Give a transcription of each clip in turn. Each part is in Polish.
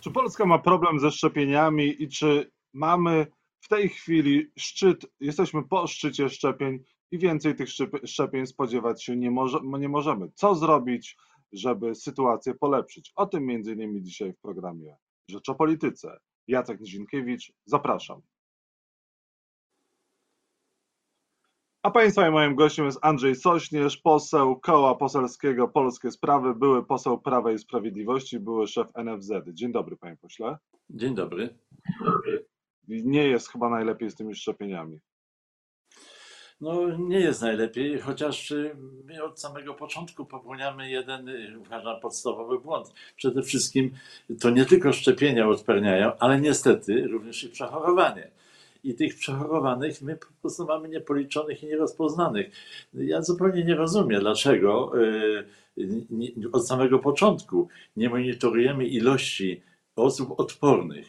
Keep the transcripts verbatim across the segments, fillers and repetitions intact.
Czy Polska ma problem ze szczepieniami i czy mamy w tej chwili szczyt, jesteśmy po szczycie szczepień i więcej tych szczep- szczepień spodziewać się nie, może, nie możemy? Co zrobić, żeby sytuację polepszyć? O tym między innymi dzisiaj w programie Rzecz o Polityce. Jacek Nizinkiewicz, zapraszam. A Państwa i moim gościem jest Andrzej Sośnierz, poseł Koła Poselskiego Polskie Sprawy, były poseł Prawa i Sprawiedliwości, były szef N F Z. Dzień dobry, panie pośle. Dzień dobry. Nie jest chyba najlepiej z tymi szczepieniami. No nie jest najlepiej, chociaż my od samego początku popełniamy jeden, uważam, podstawowy błąd. Przede wszystkim to nie tylko szczepienia uodparniają, ale niestety również i przechorowanie. I tych przechorowanych my po prostu mamy niepoliczonych i nierozpoznanych. Ja zupełnie nie rozumiem, dlaczego od samego początku nie monitorujemy ilości osób odpornych.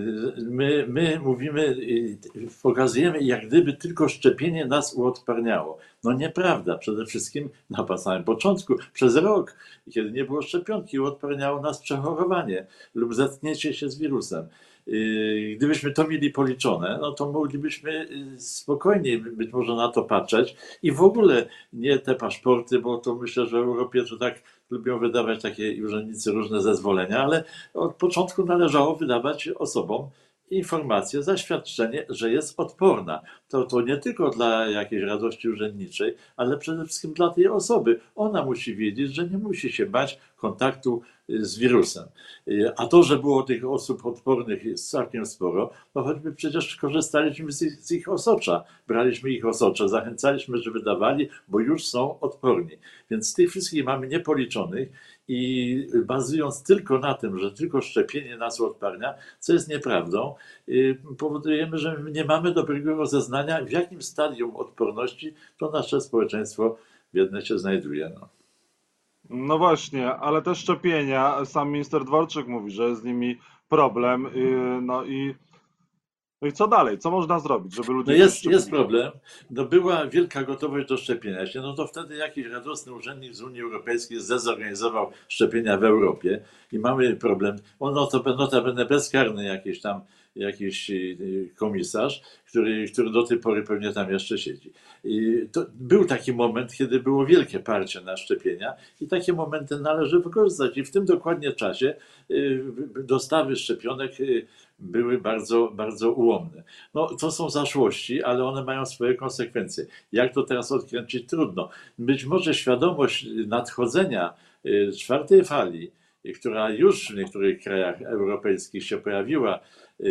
My, my mówimy, pokazujemy, jak gdyby tylko szczepienie nas uodparniało. No nieprawda. Przede wszystkim na samym początku, przez rok, kiedy nie było szczepionki, uodparniało nas przechorowanie lub zetknięcie się z wirusem. Gdybyśmy to mieli policzone, no to moglibyśmy spokojniej być może na to patrzeć i w ogóle nie te paszporty, bo to myślę, że w Europie to tak lubią wydawać takie urzędnicy różne zezwolenia, ale od początku należało wydawać osobom informację, zaświadczenie, że jest odporna. To, to nie tylko dla jakiejś radości urzędniczej, ale przede wszystkim dla tej osoby. Ona musi wiedzieć, że nie musi się bać kontaktu z wirusem. A to, że było tych osób odpornych jest całkiem sporo, no choćby przecież korzystaliśmy z ich, z ich osocza. Braliśmy ich osocze, zachęcaliśmy, żeby dawali, bo już są odporni. Więc tych wszystkich mamy niepoliczonych i bazując tylko na tym, że tylko szczepienie nas uodparnia, co jest nieprawdą, powodujemy, że nie mamy dobrego rozeznania, w jakim stadium odporności to nasze społeczeństwo biedne się znajduje. No. No właśnie, ale te szczepienia, sam minister Dworczyk mówi, że jest z nimi problem. No i, no i co dalej? Co można zrobić, żeby ludzie no się jest, szczepili? jest problem. No była wielka gotowość do szczepienia się, no to wtedy jakiś radosny urzędnik z Unii Europejskiej zdezorganizował szczepienia w Europie i mamy problem. On notabene bezkarny jakiś tam jakiś komisarz, który, który do tej pory pewnie tam jeszcze siedzi. I to był taki moment, kiedy było wielkie parcie na szczepienia i takie momenty należy wykorzystać. I w tym dokładnie czasie dostawy szczepionek były bardzo, bardzo ułomne. No, to są zaszłości, ale one mają swoje konsekwencje. Jak to teraz odkręcić? Trudno. Być może świadomość nadchodzenia czwartej fali, która już w niektórych krajach europejskich się pojawiła,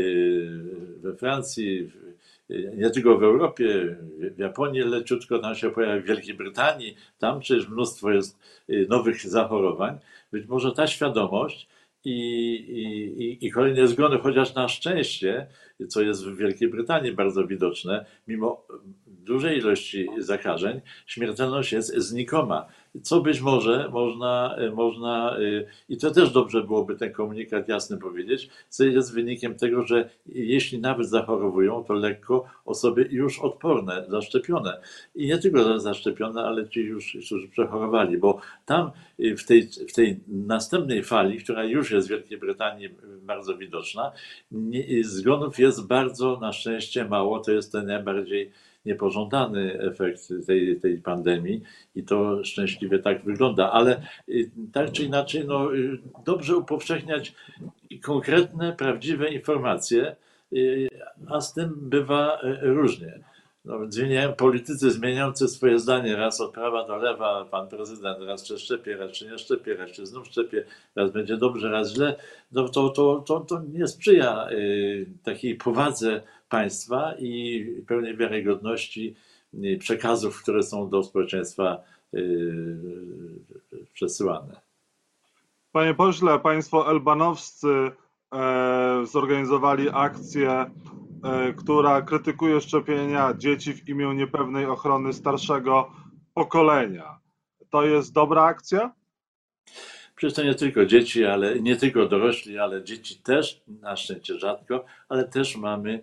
we Francji, nie tylko w Europie, w Japonii leciutko tam się pojawia, w Wielkiej Brytanii, tam przecież mnóstwo jest nowych zachorowań. Być może ta świadomość i, i, i kolejne zgony, chociaż na szczęście, co jest w Wielkiej Brytanii bardzo widoczne, mimo dużej ilości zakażeń, śmiertelność jest znikoma. Co być może można, można, i to też dobrze byłoby ten komunikat jasny powiedzieć, co jest wynikiem tego, że jeśli nawet zachorowują, to lekko osoby już odporne, zaszczepione. I nie tylko zaszczepione, ale ci już, którzy przechorowali, bo tam w tej, w tej następnej fali, która już jest w Wielkiej Brytanii bardzo widoczna, zgonów jest bardzo na szczęście mało, to jest ten najbardziej niepożądany efekt tej, tej pandemii i to szczęśliwie tak wygląda, ale tak czy inaczej no, dobrze upowszechniać konkretne, prawdziwe informacje, a z tym bywa różnie. No, zmieniają, politycy zmieniający swoje zdanie raz od prawa do lewa, pan prezydent raz czy szczepie, raz czy nie szczepie, raz czy znów szczepie, raz będzie dobrze, raz źle, no, to, to, to, to nie sprzyja y, takiej powadze państwa i pełnej wiarygodności przekazów, które są do społeczeństwa y, przesyłane. Panie pośle, państwo elbanowscy e, zorganizowali akcję, e, która krytykuje szczepienia dzieci w imię niepewnej ochrony starszego pokolenia. To jest dobra akcja? Przecież to nie tylko dzieci, ale nie tylko dorośli, ale dzieci też, na szczęście rzadko, ale też mamy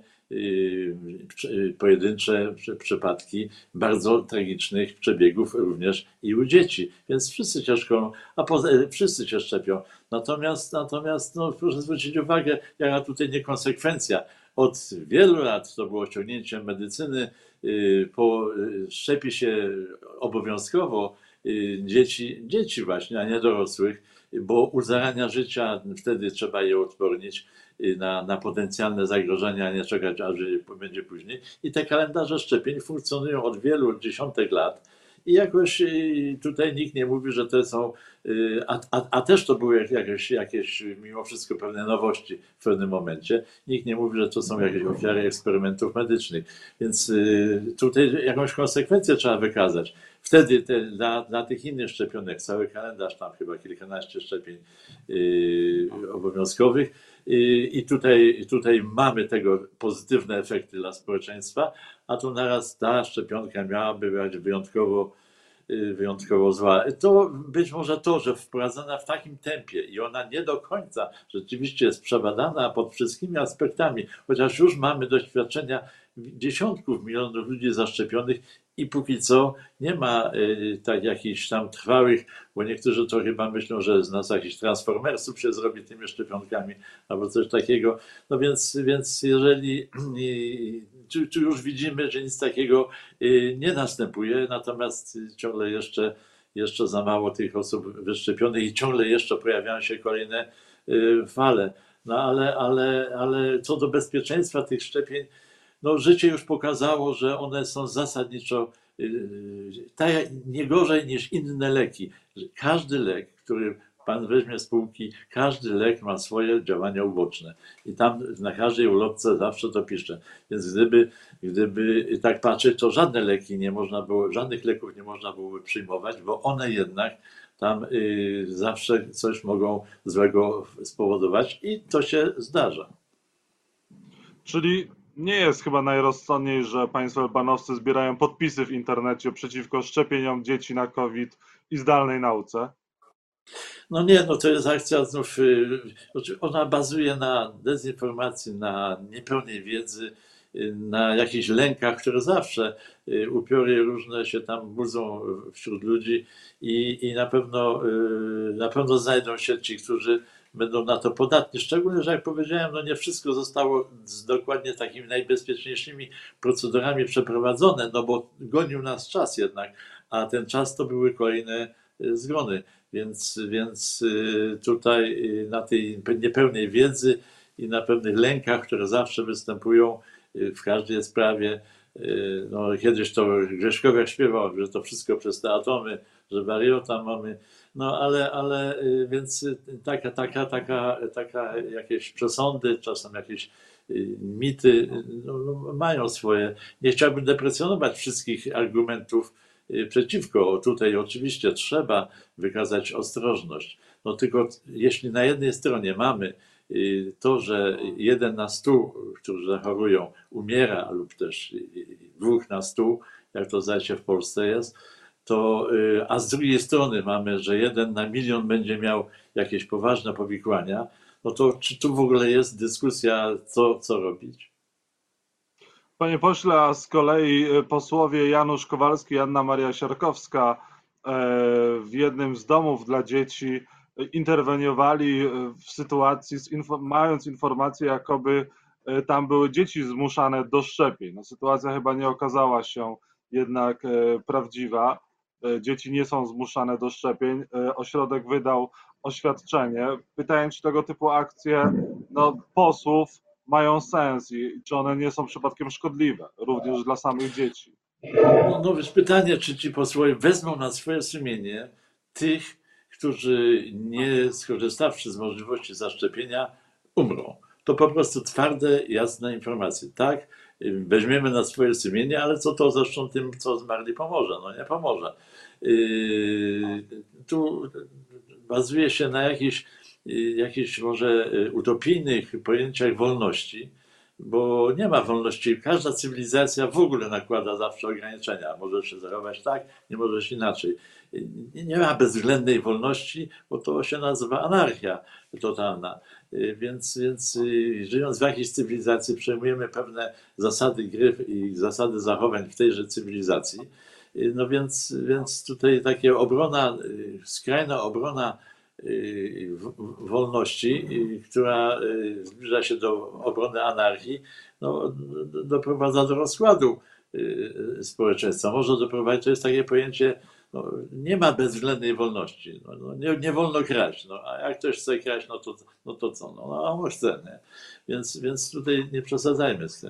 pojedyncze przypadki bardzo tragicznych przebiegów również i u dzieci. Więc wszyscy ciężko, a poza, wszyscy się szczepią. Natomiast, natomiast no, proszę zwrócić uwagę, jaka tutaj niekonsekwencja. Od wielu lat to było osiągnięciem medycyny, y, po, y, szczepi się obowiązkowo y, dzieci, dzieci właśnie, a nie dorosłych, bo u zarania życia wtedy trzeba je odpornić y, na, na potencjalne zagrożenia, a nie czekać, aż będzie później. I te kalendarze szczepień funkcjonują od wielu dziesiątek lat. I jakoś y, tutaj nikt nie mówi, że to są, y, a, a, a też to były jakieś, jakieś mimo wszystko pewne nowości w pewnym momencie. Nikt nie mówi, że to są jakieś ofiary eksperymentów medycznych. Więc y, tutaj jakąś konsekwencję trzeba wykazać. Wtedy te, dla, dla tych innych szczepionek, cały kalendarz, tam chyba kilkanaście szczepień y, obowiązkowych, i tutaj, tutaj mamy tego pozytywne efekty dla społeczeństwa, a tu naraz ta szczepionka miałaby być wyjątkowo, wyjątkowo zła. To być może to, że wprowadzona w takim tempie i ona nie do końca rzeczywiście jest przebadana pod wszystkimi aspektami, chociaż już mamy doświadczenia dziesiątków milionów ludzi zaszczepionych i póki co nie ma y, tak jakichś tam trwałych, bo niektórzy to chyba myślą, że z nas jakichś transformersów się zrobi tymi szczepionkami albo coś takiego. No więc, więc jeżeli y, tu, tu już widzimy, że nic takiego y, nie następuje, natomiast ciągle jeszcze, jeszcze za mało tych osób wyszczepionych i ciągle jeszcze pojawiają się kolejne y, fale. No ale, ale, ale co do bezpieczeństwa tych szczepień, no życie już pokazało, że one są zasadniczo tak nie gorzej niż inne leki. Każdy lek, który pan weźmie z półki, każdy lek ma swoje działania uboczne. I tam na każdej ulotce zawsze to pisze. Więc gdyby, gdyby tak patrzeć, to żadne leki nie można było, żadnych leków nie można byłoby przyjmować, bo one jednak tam y, zawsze coś mogą złego spowodować i to się zdarza. Czyli nie jest chyba najrozsądniej, że państwo albanowscy zbierają podpisy w internecie przeciwko szczepieniom dzieci na COVID i zdalnej nauce? No nie, no to jest akcja znów, ona bazuje na dezinformacji, na niepełnej wiedzy, na jakichś lękach, które zawsze upiory różne się tam budzą wśród ludzi i, i na pewno, na pewno znajdą się ci, którzy będą na to podatni. Szczególnie, że jak powiedziałem, no nie wszystko zostało z dokładnie takimi najbezpieczniejszymi procedurami przeprowadzone, no bo gonił nas czas jednak, a ten czas to były kolejne zgony. Więc, więc tutaj na tej niepełnej wiedzy i na pewnych lękach, które zawsze występują w każdej sprawie, no kiedyś to Grzeszkowiak śpiewał, że to wszystko przez te atomy, że wariota mamy, no ale, ale więc taka, taka, taka, taka jakieś przesądy, czasem jakieś mity no, mają swoje. Nie chciałbym deprecjonować wszystkich argumentów przeciwko. Tutaj oczywiście trzeba wykazać ostrożność. No tylko jeśli na jednej stronie mamy to, że jeden na stu, którzy zachorują, umiera, lub też dwóch na stu, jak to zdaje się w Polsce jest, to, a z drugiej strony mamy, że jeden na milion będzie miał jakieś poważne powikłania, no to czy tu w ogóle jest dyskusja, co, co robić? Panie pośle, a z kolei posłowie Janusz Kowalski i Anna Maria Siarkowska w jednym z domów dla dzieci interweniowali w sytuacji, mając informację, jakoby tam były dzieci zmuszane do szczepień. No, sytuacja chyba nie okazała się jednak prawdziwa. Dzieci nie są zmuszane do szczepień. Ośrodek wydał oświadczenie. Pytając, czy tego typu akcje no, posłów mają sens i czy one nie są przypadkiem szkodliwe, również dla samych dzieci. No, no więc pytanie, czy ci posłowie wezmą na swoje sumienie tych, którzy nie skorzystawszy z możliwości zaszczepienia, umrą. To po prostu twarde, jasne informacje. Tak, weźmiemy na swoje sumienie, ale co to zresztą tym, co zmarli, pomoże? No nie pomoże. Yy, tu bazuje się na jakichś, jakichś może utopijnych pojęciach wolności, bo nie ma wolności. Każda cywilizacja w ogóle nakłada zawsze ograniczenia. Możesz się zachować tak, nie możesz inaczej. Nie ma bezwzględnej wolności, bo to się nazywa anarchia totalna. Więc, więc żyjąc w jakiejś cywilizacji, przejmujemy pewne zasady gry i zasady zachowań w tejże cywilizacji. No więc, więc tutaj taka obrona, skrajna obrona wolności, która zbliża się do obrony anarchii, no, doprowadza do rozkładu społeczeństwa. Może doprowadzić, to jest takie pojęcie, no, nie ma bezwzględnej wolności. No, no, nie, nie wolno kraść. No, a jak ktoś chce kraść, no to, no to co? No, no on chce. Nie? Więc, więc tutaj nie przesadzajmy z tym.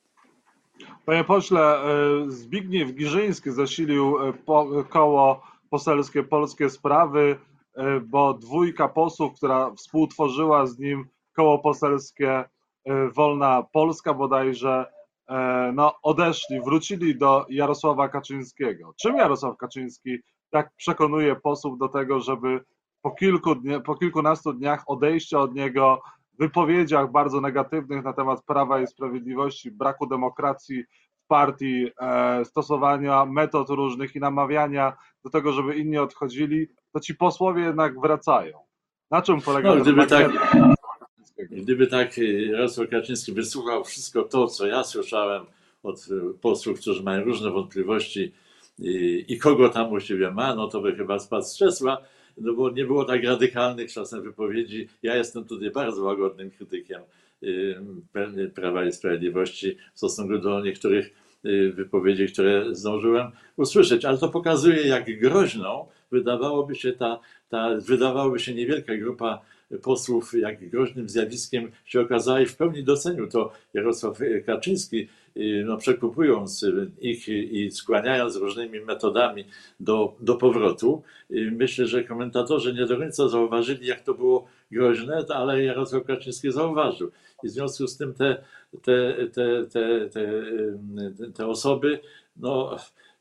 Panie pośle, Zbigniew Girzyński zasilił koło poselskie Polskie Sprawy, bo dwójka posłów, która współtworzyła z nim koło poselskie Wolna Polska bodajże, no odeszli, wrócili do Jarosława Kaczyńskiego. Czym Jarosław Kaczyński tak przekonuje posłów do tego, żeby po kilku dni, po kilkunastu dniach odejścia od niego, wypowiedziach bardzo negatywnych na temat Prawa i Sprawiedliwości, braku demokracji w partii, stosowania metod różnych i namawiania do tego, żeby inni odchodzili, to ci posłowie jednak wracają. Na czym polega no, gdyby tak, Kaczyńskiego? Gdyby tak Jarosław Kaczyński wysłuchał wszystko to, co ja słyszałem od posłów, którzy mają różne wątpliwości i, i kogo tam właściwie ma, no to by chyba spadł z krzesła, no bo nie było tak radykalnych czasem wypowiedzi. Ja jestem tutaj bardzo łagodnym krytykiem Prawa i Sprawiedliwości w stosunku do niektórych wypowiedzi, które zdążyłem usłyszeć, ale to pokazuje, jak groźną wydawałoby się ta, ta wydawałoby się niewielka grupa posłów, jak groźnym zjawiskiem się okazała i w pełni docenił to Jarosław Kaczyński, no, przekupując ich i skłaniając różnymi metodami do, do powrotu. Myślę, że komentatorzy nie do końca zauważyli, jak to było groźne, ale Jarosław Kaczyński zauważył. I w związku z tym te, te, te, te, te, te osoby, no,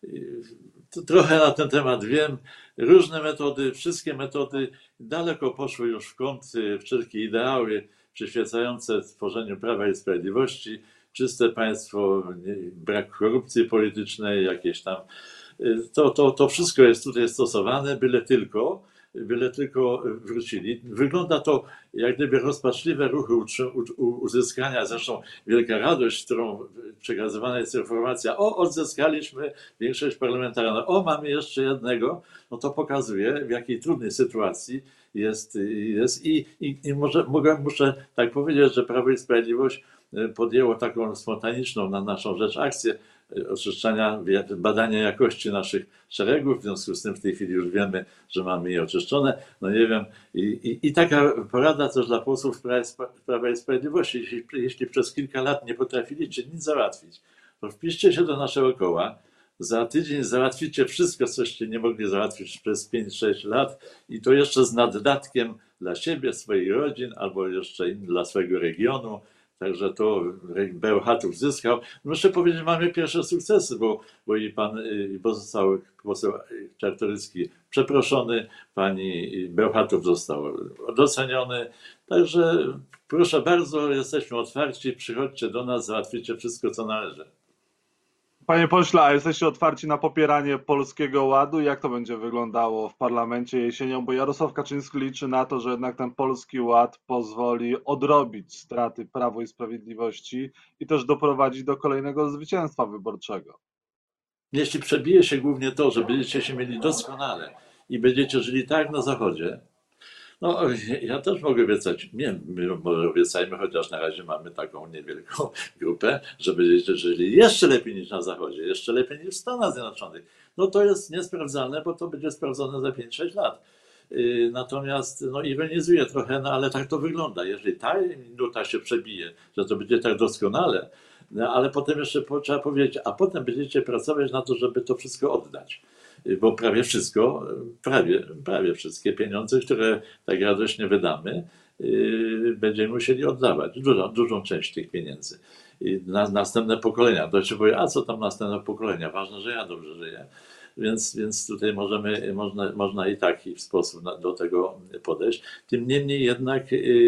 trochę na ten temat wiem, różne metody, wszystkie metody daleko poszły już w kąt, wszelkie ideały przyświecające tworzeniu Prawa i Sprawiedliwości, czyste państwo, brak korupcji politycznej, jakieś tam, to, to, to wszystko jest tutaj stosowane, byle tylko, byle tylko wrócili. Wygląda to jak gdyby rozpaczliwe ruchy uzyskania, zresztą wielka radość, którą przekazywana jest informacja, o, odzyskaliśmy większość parlamentarną, o, mamy jeszcze jednego, no to pokazuje, w jakiej trudnej sytuacji jest, jest i, i, i może, mogę, muszę tak powiedzieć, że Prawo i Sprawiedliwość podjęło taką spontaniczną na naszą rzecz akcję oczyszczania, badania jakości naszych szeregów. W związku z tym w tej chwili już wiemy, że mamy je oczyszczone. No nie wiem. I, i, i taka porada też dla posłów Prawa i Sprawiedliwości. Jeśli, jeśli przez kilka lat nie potrafiliście nic załatwić, to wpiszcie się do naszego koła. Za tydzień załatwicie wszystko, coście nie mogli załatwić przez pięć sześć lat i to jeszcze z naddatkiem dla siebie, swoich rodzin albo jeszcze dla swojego regionu. Także to Bełchatów zyskał. Muszę powiedzieć, mamy pierwsze sukcesy, bo, bo i pan, bo został poseł Czartoryski przeproszony, pani Bełchatów został doceniony. Także proszę bardzo, jesteśmy otwarci, przychodźcie do nas, załatwicie wszystko, co należy. Panie pośle, a jesteście otwarci na popieranie Polskiego Ładu? Jak to będzie wyglądało w parlamencie jesienią? Bo Jarosław Kaczyński liczy na to, że jednak ten Polski Ład pozwoli odrobić straty Prawu i Sprawiedliwości i też doprowadzić do kolejnego zwycięstwa wyborczego. Jeśli przebije się głównie to, że będziecie się mieli doskonale i będziecie żyli tak na Zachodzie, no ja też mogę obiecać, nie, my może obiecajmy, chociaż na razie mamy taką niewielką grupę, że będziecie żyli jeszcze lepiej niż na Zachodzie, jeszcze lepiej niż w Stanach Zjednoczonych. No to jest niesprawdzalne, bo to będzie sprawdzone za pięć sześć lat. Natomiast, no ironizuję trochę, no ale tak to wygląda. Jeżeli ta minuta się przebije, że to będzie tak doskonale, no ale potem jeszcze trzeba powiedzieć, a potem będziecie pracować na to, żeby to wszystko oddać. Bo prawie wszystko, prawie, prawie wszystkie pieniądze, które tak radośnie wydamy, będziemy musieli oddawać, dużą, dużą część tych pieniędzy. I na następne pokolenia. To się powie, a co tam następne pokolenia? Ważne, że ja dobrze żyję. Więc, więc tutaj możemy, można, można i taki sposób do tego podejść. Tym niemniej jednak,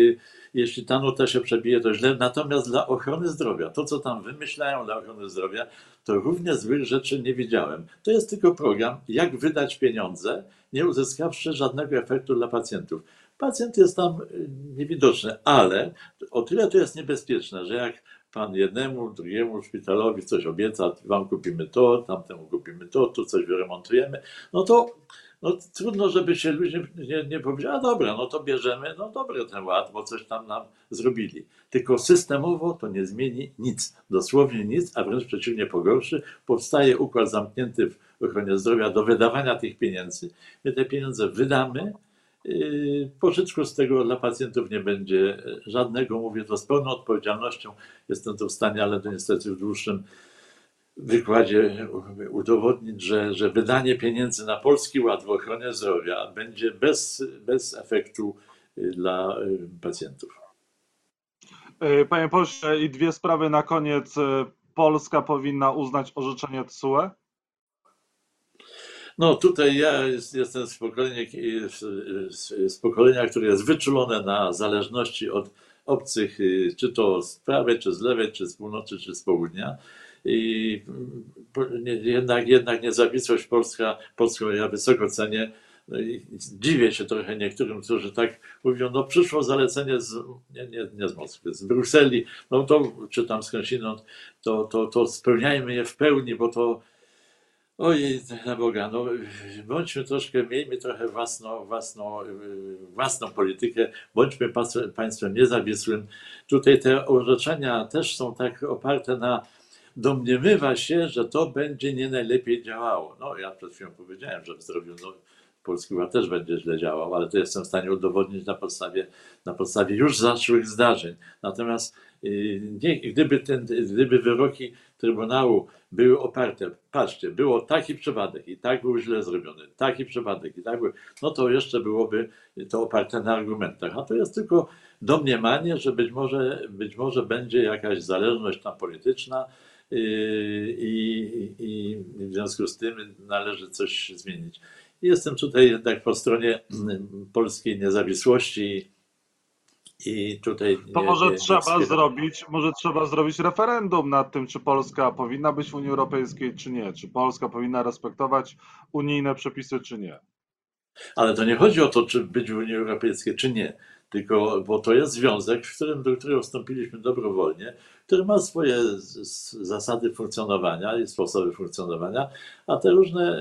jeśli ta nuta się przebije, to źle. Natomiast dla ochrony zdrowia, to co tam wymyślają dla ochrony zdrowia, to równie złych rzeczy nie widziałem. To jest tylko program, jak wydać pieniądze, nie uzyskawszy żadnego efektu dla pacjentów. Pacjent jest tam niewidoczny, ale o tyle to jest niebezpieczne, że jak pan jednemu, drugiemu szpitalowi coś obieca, wam kupimy to, tamtemu kupimy to, tu coś wyremontujemy, no to, no trudno, żeby się ludzie nie, nie powiedzieli, a dobra, no to bierzemy, no dobry ten ład, bo coś tam nam zrobili. Tylko systemowo to nie zmieni nic, dosłownie nic, a wręcz przeciwnie pogorszy. Powstaje układ zamknięty w ochronie zdrowia do wydawania tych pieniędzy. My te pieniądze wydamy, yy, pożytku z tego dla pacjentów nie będzie żadnego, mówię to z pełną odpowiedzialnością, jestem to w stanie, ale to niestety w dłuższym wykładzie udowodnić, że, że wydanie pieniędzy na Polski Ład w ochronie zdrowia będzie bez, bez efektu dla pacjentów. Panie pośle, i dwie sprawy na koniec. Polska powinna uznać orzeczenie T S U E? No tutaj ja jest, jestem z pokolenia, z pokolenia, które jest wyczulone na zależności od obcych, czy to z prawej, czy z lewej, czy z północy, czy z południa. I jednak, jednak niezawisłość polska, polską ja wysoko cenię. No i dziwię się trochę niektórym, którzy tak mówią, no przyszło zalecenie z, nie, nie, nie z Moskwy, z Brukseli, no to czy tam skądinąd, to, to, to spełniajmy je w pełni, bo to ojej, na Boga, no bądźmy troszkę, miejmy trochę własną, własną, własną politykę, bądźmy państwem niezawisłym. Tutaj te orzeczenia też są tak oparte na domniemywa się, że to będzie nie najlepiej działało. No ja przed chwilą powiedziałem, że w zdrowiu no, Polski Ład też będzie źle działał, ale to jestem w stanie udowodnić na podstawie, na podstawie już zaszłych zdarzeń. Natomiast nie, gdyby, ten, gdyby wyroki Trybunału były oparte, patrzcie, było taki przypadek i tak był źle zrobiony, taki przypadek i tak był, no to jeszcze byłoby to oparte na argumentach. A to jest tylko domniemanie, że być może, być może będzie jakaś zależność tam polityczna i, i, i w związku z tym należy coś zmienić. Jestem tutaj jednak po stronie polskiej niezawisłości i tutaj To nie, może nie, nie trzeba wspieram. zrobić, może trzeba zrobić referendum nad tym, czy Polska powinna być w Unii Europejskiej, czy nie. Czy Polska powinna respektować unijne przepisy, czy nie. Ale to nie chodzi o to, czy być w Unii Europejskiej, czy nie. Tylko, bo to jest związek, w którym, do którego wstąpiliśmy dobrowolnie, który ma swoje zasady funkcjonowania i sposoby funkcjonowania, a te różne.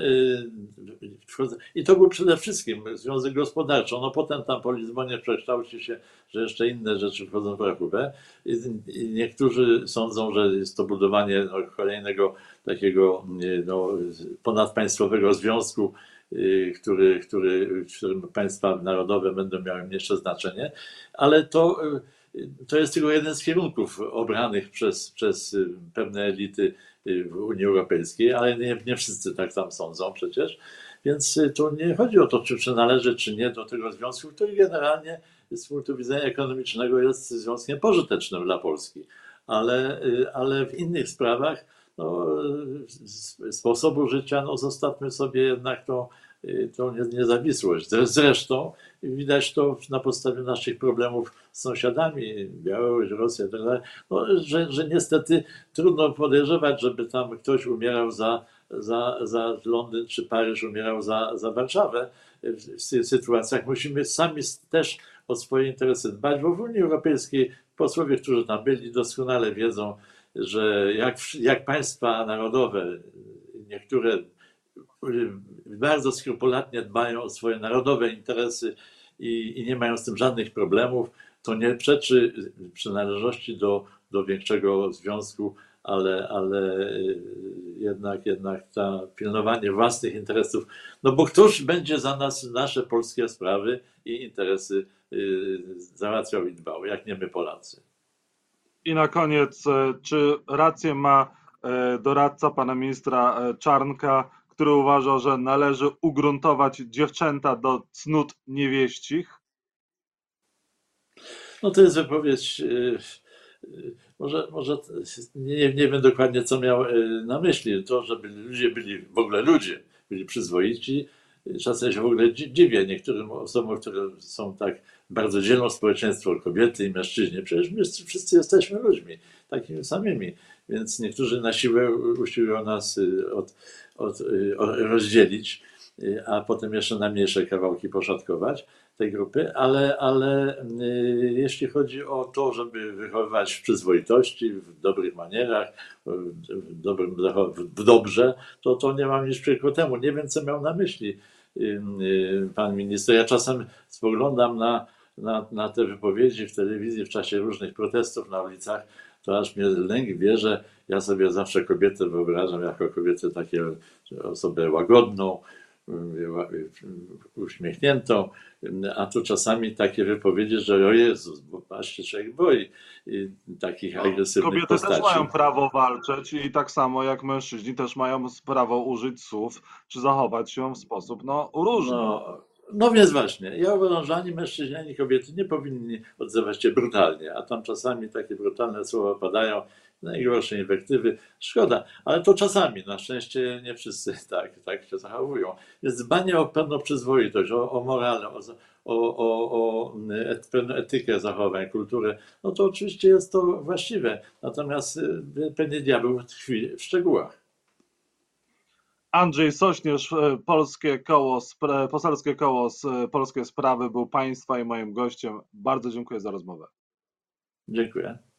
I to był przede wszystkim związek gospodarczy. No potem tam po Lizbonie przekształci się, że jeszcze inne rzeczy wchodzą w rachubę. I niektórzy sądzą, że jest to budowanie no, kolejnego takiego no, ponadpaństwowego związku, który, który, w którym państwa narodowe będą miały mniejsze znaczenie, ale to, to jest tylko jeden z kierunków obranych przez, przez pewne elity w Unii Europejskiej, ale nie, nie wszyscy tak tam sądzą przecież. Więc tu nie chodzi o to, czy przynależy, czy nie do tego związku, który generalnie z punktu widzenia ekonomicznego jest związkiem pożytecznym dla Polski. Ale, ale w innych sprawach no, sposobu życia, no zostawmy sobie jednak tą, tą niezawisłość. Zresztą widać to na podstawie naszych problemów z sąsiadami, Białoruś, Rosja, tak dalej, no, że, że niestety trudno podejrzewać, żeby tam ktoś umierał za, za, za Londyn czy Paryż, umierał za, za Warszawę. W tych sytuacjach musimy sami też o swoje interesy dbać, bo w Unii Europejskiej posłowie, którzy tam byli, doskonale wiedzą, że jak, jak państwa narodowe, niektóre bardzo skrupulatnie dbają o swoje narodowe interesy i, i nie mają z tym żadnych problemów, to nie przeczy przynależności do, do większego związku, ale, ale jednak, jednak ta pilnowanie własnych interesów, no bo któż będzie za nas nasze polskie sprawy i interesy załatwiał i dbał, jak nie my Polacy. I na koniec, czy rację ma doradca pana ministra Czarnka, który uważa, że należy ugruntować dziewczęta do cnót niewieścich? No to jest wypowiedź, może, może nie, nie wiem dokładnie, co miał na myśli. To, żeby ludzie byli, w ogóle ludzie byli przyzwoici. Czasem się w ogóle dziwię niektórym osobom, które są tak bardzo dzielą społeczeństwo, kobiety i mężczyźni. Przecież my wszyscy jesteśmy ludźmi, takimi samymi. Więc niektórzy na siłę usiłują nas od, od, rozdzielić, a potem jeszcze na mniejsze kawałki poszatkować tej grupy, ale, ale jeśli chodzi o to, żeby wychowywać w przyzwoitości, w dobrych manierach, w, dobrym, w dobrze, to, to nie mam nic przeciwko temu. Nie wiem, co miał na myśli. pan minister. Ja czasem spoglądam na, na, na te wypowiedzi w telewizji w czasie różnych protestów na ulicach, to aż mnie lęk bierze. Ja sobie zawsze kobietę wyobrażam jako kobietę taką osobę łagodną, uśmiechniętą, a tu czasami takie wypowiedzi, że o Jezus, bo aż się człowiek boi takich agresywnych Kobiety postaci. też mają prawo walczyć i tak samo jak mężczyźni też mają prawo użyć słów, czy zachować się w sposób no, różny. No, no więc właśnie, ja uważam, że ani mężczyźni, ani kobiety nie powinni odzywać się brutalnie, a tam czasami takie brutalne słowa padają, najgorsze inwektywy, szkoda, ale to czasami, na szczęście nie wszyscy tak, tak się zachowują. Jest dbanie o pewną przyzwoitość, o, o morale, o, o, o, o et, pewną etykę zachowań, kulturę, no to oczywiście jest to właściwe, natomiast pewnie diabeł tkwi w szczegółach. Andrzej Sośnierz, Polskie Koło, Poselskie Koło Polskie Sprawy był Państwa i moim gościem. Bardzo dziękuję za rozmowę. Dziękuję.